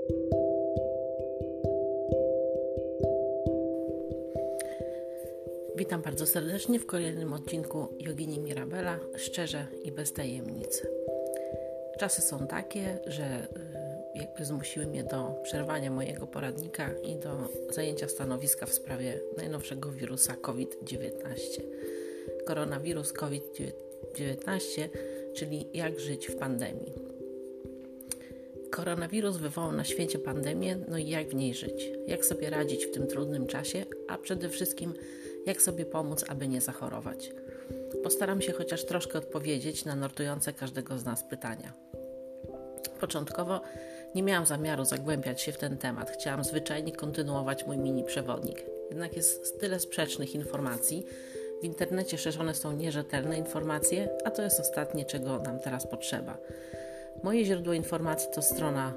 Witam bardzo serdecznie w kolejnym odcinku Jogini Mirabela, szczerze i bez tajemnic. Czasy są takie, że jakby zmusiły mnie do przerwania mojego poradnika i do zajęcia stanowiska w sprawie najnowszego wirusa COVID-19. Koronawirus COVID-19, czyli jak żyć w pandemii. Koronawirus wywołał na świecie pandemię, no i jak w niej żyć? Jak sobie radzić w tym trudnym czasie, a przede wszystkim jak sobie pomóc, aby nie zachorować? Postaram się chociaż troszkę odpowiedzieć na nurtujące każdego z nas pytania. Początkowo nie miałam zamiaru zagłębiać się w ten temat. Chciałam zwyczajnie kontynuować mój mini przewodnik. Jednak jest tyle sprzecznych informacji. W internecie szerzone są nierzetelne informacje, a to jest ostatnie, czego nam teraz potrzeba. Moje źródło informacji to strona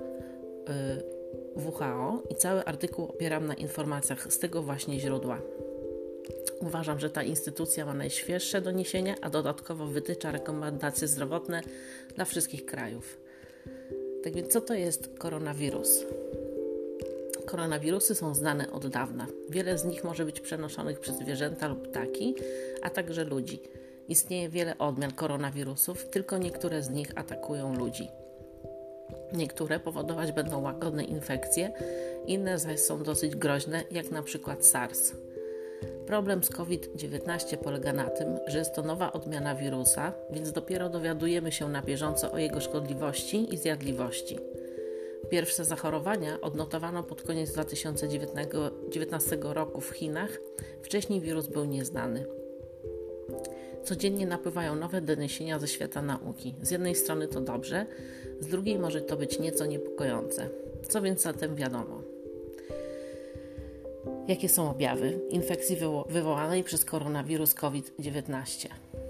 WHO i cały artykuł opieram na informacjach z tego właśnie źródła. Uważam, że ta instytucja ma najświeższe doniesienia, a dodatkowo wytycza rekomendacje zdrowotne dla wszystkich krajów. Tak więc co to jest koronawirus? Koronawirusy są znane od dawna. Wiele z nich może być przenoszonych przez zwierzęta lub ptaki, a także ludzi. Istnieje wiele odmian koronawirusów, tylko niektóre z nich atakują ludzi. Niektóre powodować będą łagodne infekcje, inne zaś są dosyć groźne, jak na przykład SARS. Problem z COVID-19 polega na tym, że jest to nowa odmiana wirusa, więc dopiero dowiadujemy się na bieżąco o jego szkodliwości i zjadliwości. Pierwsze zachorowania odnotowano pod koniec 2019 roku w Chinach, wcześniej wirus był nieznany. Codziennie napływają nowe doniesienia ze świata nauki. Z jednej strony to dobrze, z drugiej może to być nieco niepokojące. Co więc zatem wiadomo? Jakie są objawy infekcji wywołanej przez koronawirus COVID-19?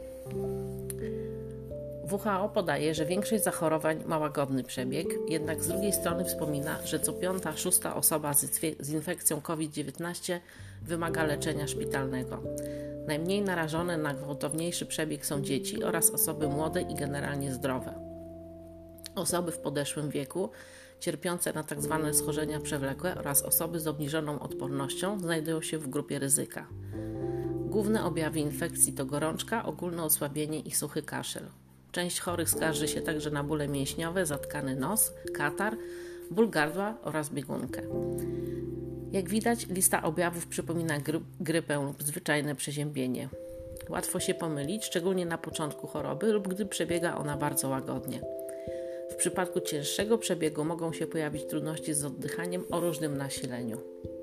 WHO podaje, że większość zachorowań ma łagodny przebieg, jednak z drugiej strony wspomina, że co 5-6 osoba z infekcją COVID-19 wymaga leczenia szpitalnego. Najmniej narażone na gwałtowniejszy przebieg są dzieci oraz osoby młode i generalnie zdrowe. Osoby w podeszłym wieku, cierpiące na tzw. schorzenia przewlekłe oraz osoby z obniżoną odpornością znajdują się w grupie ryzyka. Główne objawy infekcji to gorączka, ogólne osłabienie i suchy kaszel. Część chorych skarży się także na bóle mięśniowe, zatkany nos, katar, ból gardła oraz biegunkę. Jak widać, lista objawów przypomina grypę lub zwyczajne przeziębienie. Łatwo się pomylić, szczególnie na początku choroby lub gdy przebiega ona bardzo łagodnie. W przypadku cięższego przebiegu mogą się pojawić trudności z oddychaniem o różnym nasileniu.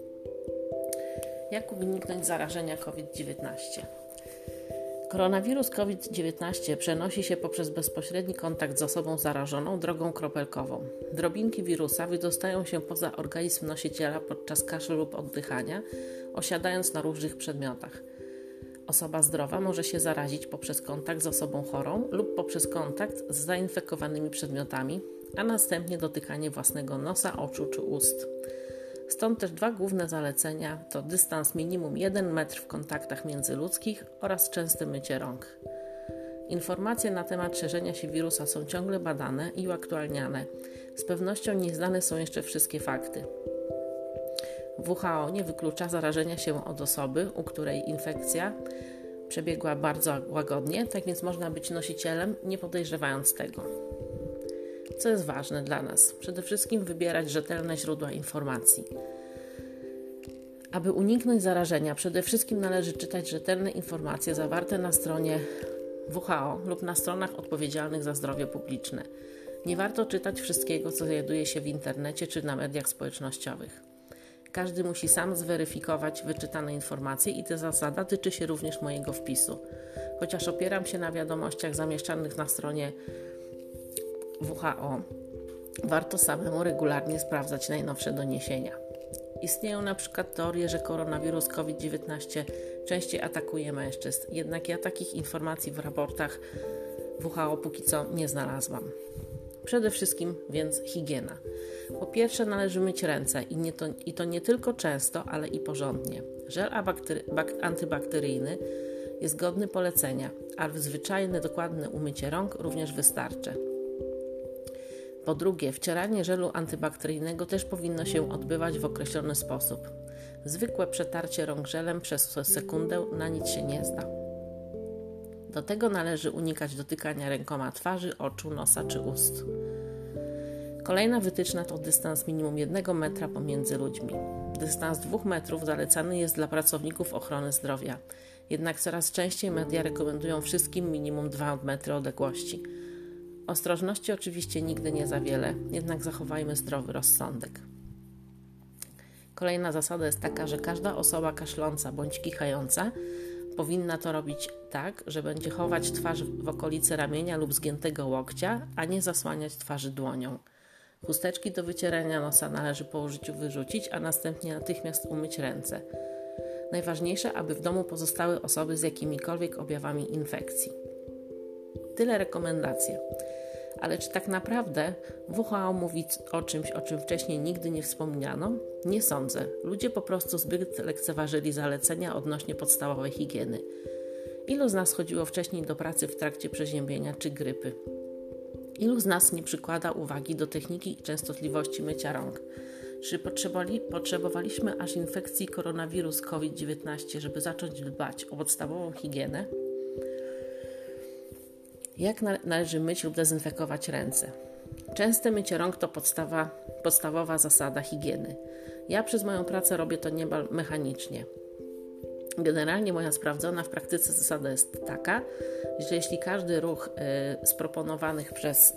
Jak uniknąć zarażenia COVID-19? Koronawirus COVID-19 przenosi się poprzez bezpośredni kontakt z osobą zarażoną drogą kropelkową. Drobinki wirusa wydostają się poza organizm nosiciela podczas kaszlu lub oddychania, osiadając na różnych przedmiotach. Osoba zdrowa może się zarazić poprzez kontakt z osobą chorą lub poprzez kontakt z zainfekowanymi przedmiotami, a następnie dotykanie własnego nosa, oczu czy ust. Stąd też dwa główne zalecenia to dystans minimum 1 metr w kontaktach międzyludzkich oraz częste mycie rąk. Informacje na temat szerzenia się wirusa są ciągle badane i uaktualniane. Z pewnością nieznane są jeszcze wszystkie fakty. WHO nie wyklucza zarażenia się od osoby, u której infekcja przebiegła bardzo łagodnie, tak więc można być nosicielem, nie podejrzewając tego. Co jest ważne dla nas? Przede wszystkim wybierać rzetelne źródła informacji. Aby uniknąć zarażenia, przede wszystkim należy czytać rzetelne informacje zawarte na stronie WHO lub na stronach odpowiedzialnych za zdrowie publiczne. Nie warto czytać wszystkiego, co znajduje się w internecie czy na mediach społecznościowych. Każdy musi sam zweryfikować wyczytane informacje i ta zasada tyczy się również mojego wpisu. Chociaż opieram się na wiadomościach zamieszczanych na stronie WHO, warto samemu regularnie sprawdzać najnowsze doniesienia. Istnieją na przykład teorie, że koronawirus COVID-19 częściej atakuje mężczyzn, jednak ja takich informacji w raportach WHO póki co nie znalazłam. Przede wszystkim więc higiena. Po pierwsze należy myć ręce i to nie tylko często, ale i porządnie. Żel antybakteryjny jest godny polecenia, ale zwyczajne, dokładne umycie rąk również wystarczy. Po drugie, wcieranie żelu antybakteryjnego też powinno się odbywać w określony sposób. Zwykłe przetarcie rąk żelem przez sekundę na nic się nie zda. Do tego należy unikać dotykania rękoma twarzy, oczu, nosa czy ust. Kolejna wytyczna to dystans minimum 1 metra pomiędzy ludźmi. Dystans 2 metrów zalecany jest dla pracowników ochrony zdrowia. Jednak coraz częściej media rekomendują wszystkim minimum 2 metry odległości. Ostrożności oczywiście nigdy nie za wiele, jednak zachowajmy zdrowy rozsądek. Kolejna zasada jest taka, że każda osoba kaszląca bądź kichająca powinna to robić tak, że będzie chować twarz w okolicy ramienia lub zgiętego łokcia, a nie zasłaniać twarzy dłonią. Chusteczki do wycierania nosa należy po użyciu wyrzucić, a następnie natychmiast umyć ręce. Najważniejsze, aby w domu pozostały osoby z jakimikolwiek objawami infekcji. Tyle rekomendacje. Ale czy tak naprawdę WHO mówi o czymś, o czym wcześniej nigdy nie wspomniano? Nie sądzę. Ludzie po prostu zbyt lekceważyli zalecenia odnośnie podstawowej higieny. Ilu z nas chodziło wcześniej do pracy w trakcie przeziębienia czy grypy? Ilu z nas nie przykłada uwagi do techniki i częstotliwości mycia rąk? Czy potrzebowaliśmy aż infekcji koronawirus COVID-19, żeby zacząć dbać o podstawową higienę? Jak należy myć lub dezynfekować ręce? Częste mycie rąk to podstawowa zasada higieny. Ja przez moją pracę robię to niemal mechanicznie. Generalnie moja sprawdzona w praktyce zasada jest taka, że jeśli każdy ruch z proponowanych przez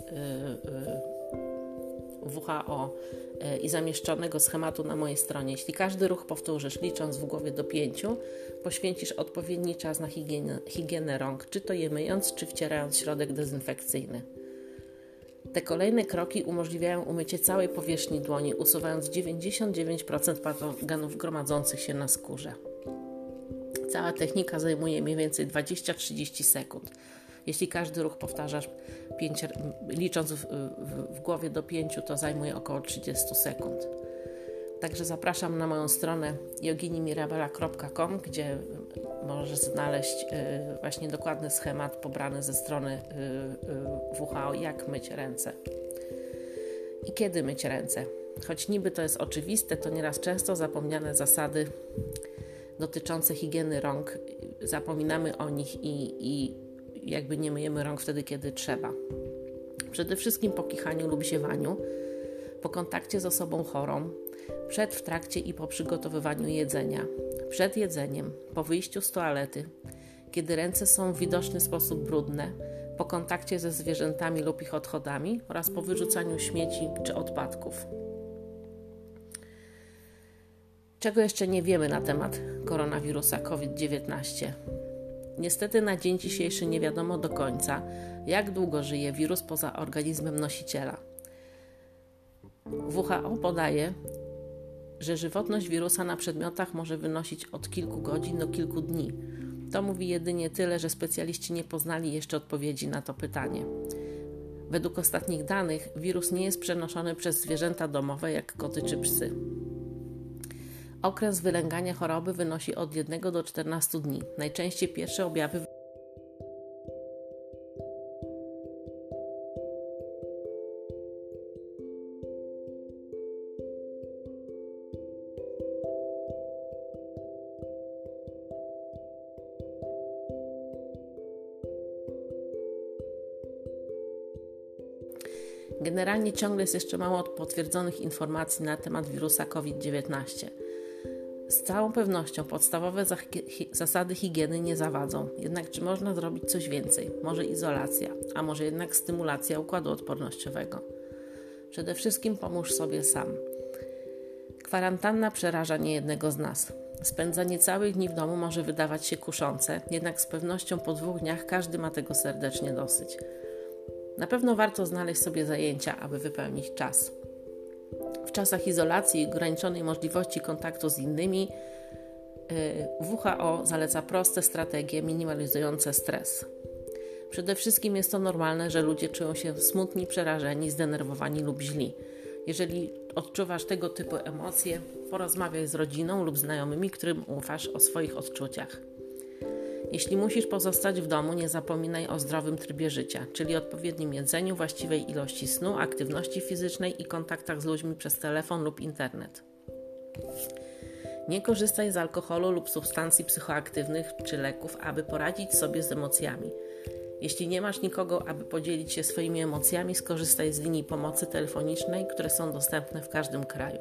WHO i zamieszczonego schematu na mojej stronie, jeśli każdy ruch powtórzysz licząc w głowie do 5, poświęcisz odpowiedni czas na higienę rąk, czy to je myjąc, czy wcierając środek dezynfekcyjny. Te kolejne kroki umożliwiają umycie całej powierzchni dłoni, usuwając 99% patogenów gromadzących się na skórze. Cała technika zajmuje mniej więcej 20-30 sekund. Jeśli każdy ruch powtarzasz licząc w głowie do 5, to zajmuje około 30 sekund. Także zapraszam na moją stronę joginimirabela.com, gdzie możesz znaleźć właśnie dokładny schemat pobrany ze strony WHO, jak myć ręce i kiedy myć ręce. Choć niby to jest oczywiste, to nieraz często zapomniane zasady dotyczące higieny rąk, zapominamy o nich i jakby nie myjemy rąk wtedy, kiedy trzeba. Przede wszystkim po kichaniu lub ziewaniu, po kontakcie z osobą chorą, przed, w trakcie i po przygotowywaniu jedzenia, przed jedzeniem, po wyjściu z toalety, kiedy ręce są w widoczny sposób brudne, po kontakcie ze zwierzętami lub ich odchodami oraz po wyrzucaniu śmieci czy odpadków. Czego jeszcze nie wiemy na temat koronawirusa COVID-19? Niestety na dzień dzisiejszy nie wiadomo do końca, jak długo żyje wirus poza organizmem nosiciela. WHO podaje, że żywotność wirusa na przedmiotach może wynosić od kilku godzin do kilku dni. To mówi jedynie tyle, że specjaliści nie poznali jeszcze odpowiedzi na to pytanie. Według ostatnich danych wirus nie jest przenoszony przez zwierzęta domowe jak koty czy psy. Okres wylęgania choroby wynosi od 1 do 14 dni. Najczęściej pierwsze objawy Generalnie ciągle jest jeszcze mało potwierdzonych informacji na temat wirusa COVID-19. Z całą pewnością podstawowe zasady higieny nie zawadzą. Jednak czy można zrobić coś więcej? Może izolacja, a może jednak stymulacja układu odpornościowego. Przede wszystkim pomóż sobie sam. Kwarantanna przeraża niejednego z nas. Spędzanie całych dni w domu może wydawać się kuszące, jednak z pewnością po 2 dniach każdy ma tego serdecznie dosyć. Na pewno warto znaleźć sobie zajęcia, aby wypełnić czas. W czasach izolacji i ograniczonej możliwości kontaktu z innymi WHO zaleca proste strategie minimalizujące stres. Przede wszystkim jest to normalne, że ludzie czują się smutni, przerażeni, zdenerwowani lub źli. Jeżeli odczuwasz tego typu emocje, porozmawiaj z rodziną lub znajomymi, którym ufasz o swoich odczuciach. Jeśli musisz pozostać w domu, nie zapominaj o zdrowym trybie życia, czyli odpowiednim jedzeniu, właściwej ilości snu, aktywności fizycznej i kontaktach z ludźmi przez telefon lub internet. Nie korzystaj z alkoholu lub substancji psychoaktywnych czy leków, aby poradzić sobie z emocjami. Jeśli nie masz nikogo, aby podzielić się swoimi emocjami, skorzystaj z linii pomocy telefonicznej, które są dostępne w każdym kraju.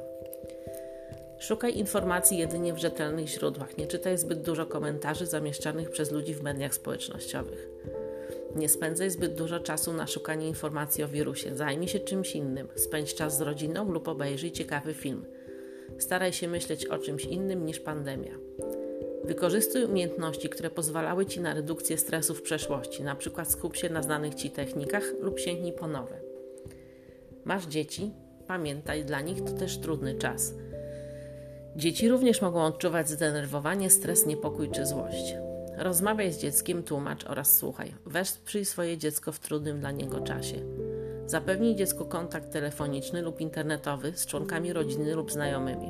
Szukaj informacji jedynie w rzetelnych źródłach. Nie czytaj zbyt dużo komentarzy zamieszczanych przez ludzi w mediach społecznościowych. Nie spędzaj zbyt dużo czasu na szukanie informacji o wirusie. Zajmij się czymś innym. Spędź czas z rodziną lub obejrzyj ciekawy film. Staraj się myśleć o czymś innym niż pandemia. Wykorzystuj umiejętności, które pozwalały Ci na redukcję stresu w przeszłości. Na przykład skup się na znanych Ci technikach lub sięgnij po nowe. Masz dzieci? Pamiętaj, dla nich to też trudny czas. Dzieci również mogą odczuwać zdenerwowanie, stres, niepokój czy złość. Rozmawiaj z dzieckiem, tłumacz oraz słuchaj. Wesprzyj swoje dziecko w trudnym dla niego czasie. Zapewnij dziecku kontakt telefoniczny lub internetowy z członkami rodziny lub znajomymi.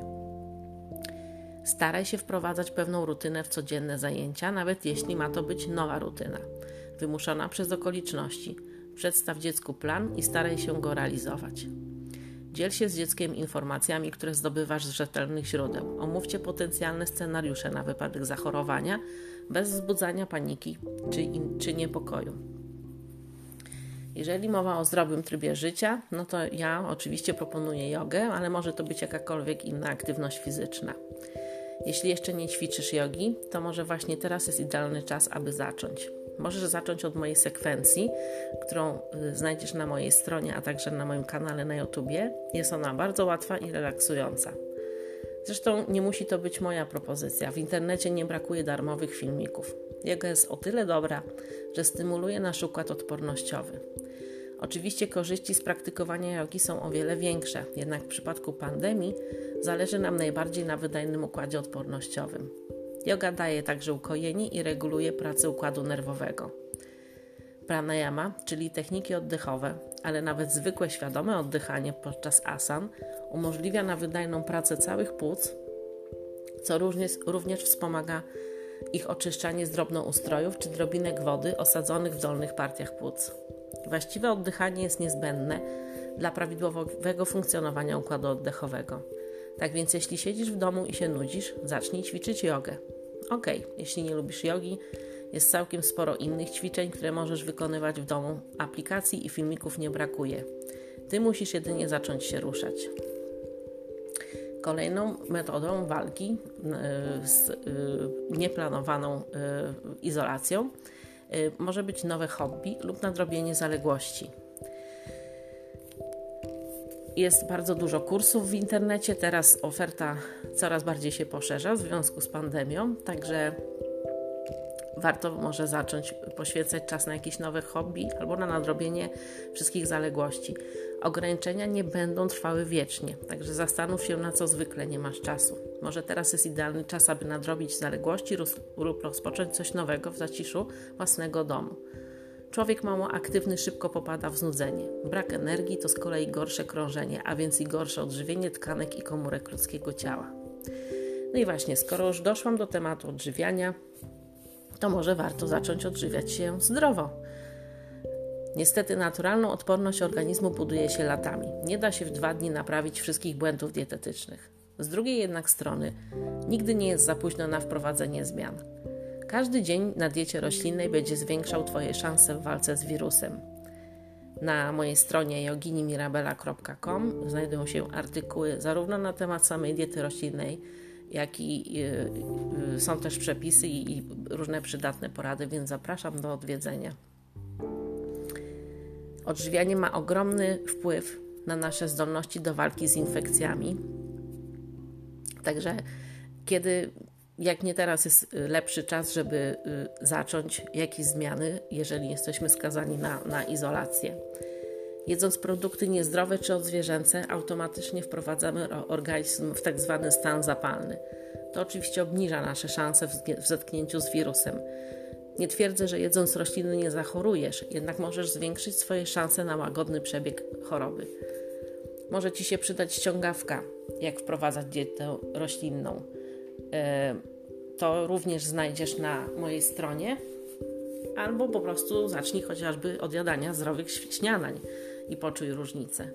Staraj się wprowadzać pewną rutynę w codzienne zajęcia, nawet jeśli ma to być nowa rutyna, wymuszona przez okoliczności. Przedstaw dziecku plan i staraj się go realizować. Dziel się z dzieckiem informacjami, które zdobywasz z rzetelnych źródeł. Omówcie potencjalne scenariusze na wypadek zachorowania, bez wzbudzania paniki czy niepokoju. Jeżeli mowa o zdrowym trybie życia, no to ja oczywiście proponuję jogę, ale może to być jakakolwiek inna aktywność fizyczna. Jeśli jeszcze nie ćwiczysz jogi, to może właśnie teraz jest idealny czas, aby zacząć. Możesz zacząć od mojej sekwencji, którą znajdziesz na mojej stronie, a także na moim kanale na YouTubie. Jest ona bardzo łatwa i relaksująca. Zresztą nie musi to być moja propozycja. W internecie nie brakuje darmowych filmików. Joga jest o tyle dobra, że stymuluje nasz układ odpornościowy. Oczywiście korzyści z praktykowania jogi są o wiele większe, jednak w przypadku pandemii zależy nam najbardziej na wydajnym układzie odpornościowym. Joga daje także ukojenie i reguluje pracę układu nerwowego. Pranayama, czyli techniki oddechowe, ale nawet zwykłe świadome oddychanie podczas asan umożliwia na wydajną pracę całych płuc, co również wspomaga ich oczyszczanie z drobnoustrojów czy drobinek wody osadzonych w dolnych partiach płuc. Właściwe oddychanie jest niezbędne dla prawidłowego funkcjonowania układu oddechowego. Tak więc jeśli siedzisz w domu i się nudzisz, zacznij ćwiczyć jogę. Jeśli nie lubisz jogi, jest całkiem sporo innych ćwiczeń, które możesz wykonywać w domu. Aplikacji i filmików nie brakuje. Ty musisz jedynie zacząć się ruszać. Kolejną metodą walki z nieplanowaną izolacją może być nowe hobby lub nadrobienie zaległości. Jest bardzo dużo kursów w internecie, teraz oferta coraz bardziej się poszerza w związku z pandemią, także warto może zacząć poświęcać czas na jakieś nowe hobby albo na nadrobienie wszystkich zaległości. Ograniczenia nie będą trwały wiecznie, także zastanów się, na co zwykle nie masz czasu. Może teraz jest idealny czas, aby nadrobić zaległości lub rozpocząć coś nowego w zaciszu własnego domu. Człowiek mało aktywny szybko popada w znudzenie. Brak energii to z kolei gorsze krążenie, a więc i gorsze odżywienie tkanek i komórek ludzkiego ciała. No i właśnie, skoro już doszłam do tematu odżywiania, to może warto zacząć odżywiać się zdrowo. Niestety naturalną odporność organizmu buduje się latami. Nie da się w 2 dni naprawić wszystkich błędów dietetycznych. Z drugiej jednak strony nigdy nie jest za późno na wprowadzenie zmian. Każdy dzień na diecie roślinnej będzie zwiększał Twoje szanse w walce z wirusem. Na mojej stronie yoginimirabela.com znajdują się artykuły zarówno na temat samej diety roślinnej, jak i są też przepisy i różne przydatne porady, więc zapraszam do odwiedzenia. Odżywianie ma ogromny wpływ na nasze zdolności do walki z infekcjami. Także jak nie teraz jest lepszy czas, żeby zacząć jakieś zmiany, jeżeli jesteśmy skazani na izolację. Jedząc produkty niezdrowe czy odzwierzęce, automatycznie wprowadzamy organizm w tak zwany stan zapalny. To oczywiście obniża nasze szanse w zetknięciu z wirusem. Nie twierdzę, że jedząc rośliny nie zachorujesz, jednak możesz zwiększyć swoje szanse na łagodny przebieg choroby. Może Ci się przydać ściągawka, jak wprowadzać dietę roślinną. to również znajdziesz na mojej stronie, albo po prostu zacznij chociażby od jadania zdrowych śniadań i poczuj różnicę.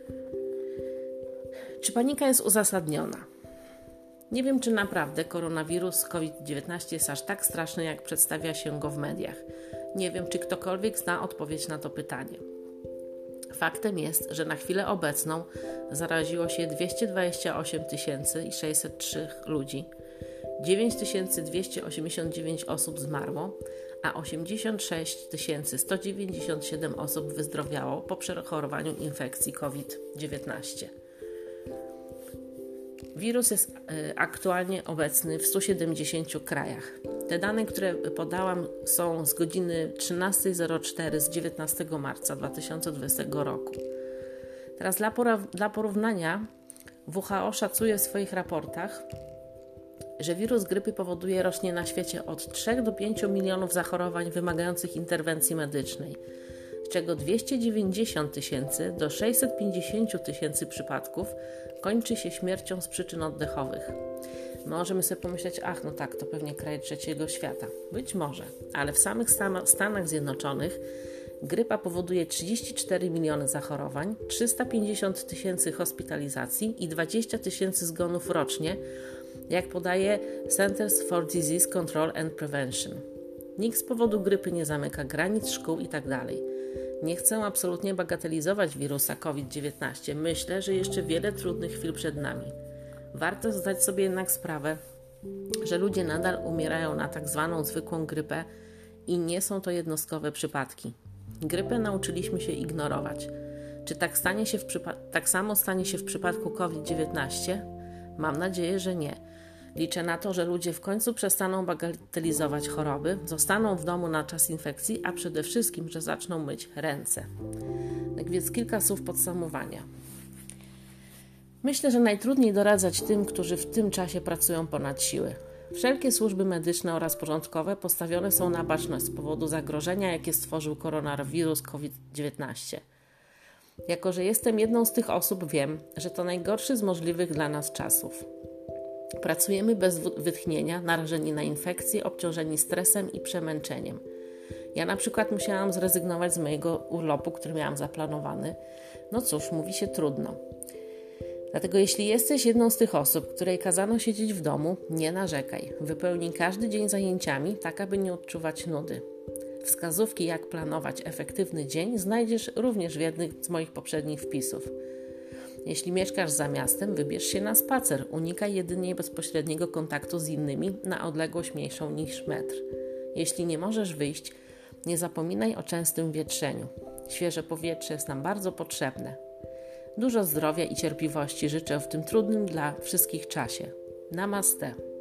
Czy panika jest uzasadniona? Nie wiem, czy naprawdę koronawirus COVID-19 jest aż tak straszny, jak przedstawia się go w mediach. Nie wiem, czy ktokolwiek zna odpowiedź na to pytanie. Faktem jest, że na chwilę obecną zaraziło się 228 603 ludzi, 9289 osób zmarło, a 86 197 osób wyzdrowiało po przechorowaniu infekcji COVID-19. Wirus jest aktualnie obecny w 170 krajach. Te dane, które podałam, są z godziny 13:04 z 19 marca 2020 roku. Teraz dla porównania WHO szacuje w swoich raportach, że wirus grypy powoduje rocznie na świecie od 3 do 5 milionów zachorowań wymagających interwencji medycznej, z czego 290 000 do 650 000 przypadków kończy się śmiercią z przyczyn oddechowych. Możemy sobie pomyśleć, no tak, to pewnie kraj trzeciego świata. Być może, ale w samych Stanach Zjednoczonych grypa powoduje 34 miliony zachorowań, 350 000 hospitalizacji i 20 000 zgonów rocznie, jak podaje Centers for Disease Control and Prevention. Nikt z powodu grypy nie zamyka granic, szkół itd. Nie chcę absolutnie bagatelizować wirusa COVID-19. Myślę, że jeszcze wiele trudnych chwil przed nami. Warto zdać sobie jednak sprawę, że ludzie nadal umierają na tak zwaną zwykłą grypę i nie są to jednostkowe przypadki. Grypę nauczyliśmy się ignorować. Czy tak samo stanie się w przypadku COVID-19? Mam nadzieję, że nie. Liczę na to, że ludzie w końcu przestaną bagatelizować choroby, zostaną w domu na czas infekcji, a przede wszystkim, że zaczną myć ręce. Tak więc kilka słów podsumowania. Myślę, że najtrudniej doradzać tym, którzy w tym czasie pracują ponad siły. Wszelkie służby medyczne oraz porządkowe postawione są na baczność z powodu zagrożenia, jakie stworzył koronawirus COVID-19. Jako że jestem jedną z tych osób, wiem, że to najgorszy z możliwych dla nas czasów. Pracujemy bez wytchnienia, narażeni na infekcje, obciążeni stresem i przemęczeniem. Ja na przykład musiałam zrezygnować z mojego urlopu, który miałam zaplanowany. No cóż, mówi się trudno. Dlatego jeśli jesteś jedną z tych osób, której kazano siedzieć w domu, nie narzekaj. Wypełnij każdy dzień zajęciami, tak aby nie odczuwać nudy. Wskazówki, jak planować efektywny dzień, znajdziesz również w jednym z moich poprzednich wpisów. Jeśli mieszkasz za miastem, wybierz się na spacer. Unikaj jedynie bezpośredniego kontaktu z innymi na odległość mniejszą niż metr. Jeśli nie możesz wyjść, nie zapominaj o częstym wietrzeniu. Świeże powietrze jest nam bardzo potrzebne. Dużo zdrowia i cierpliwości życzę w tym trudnym dla wszystkich czasie. Namaste.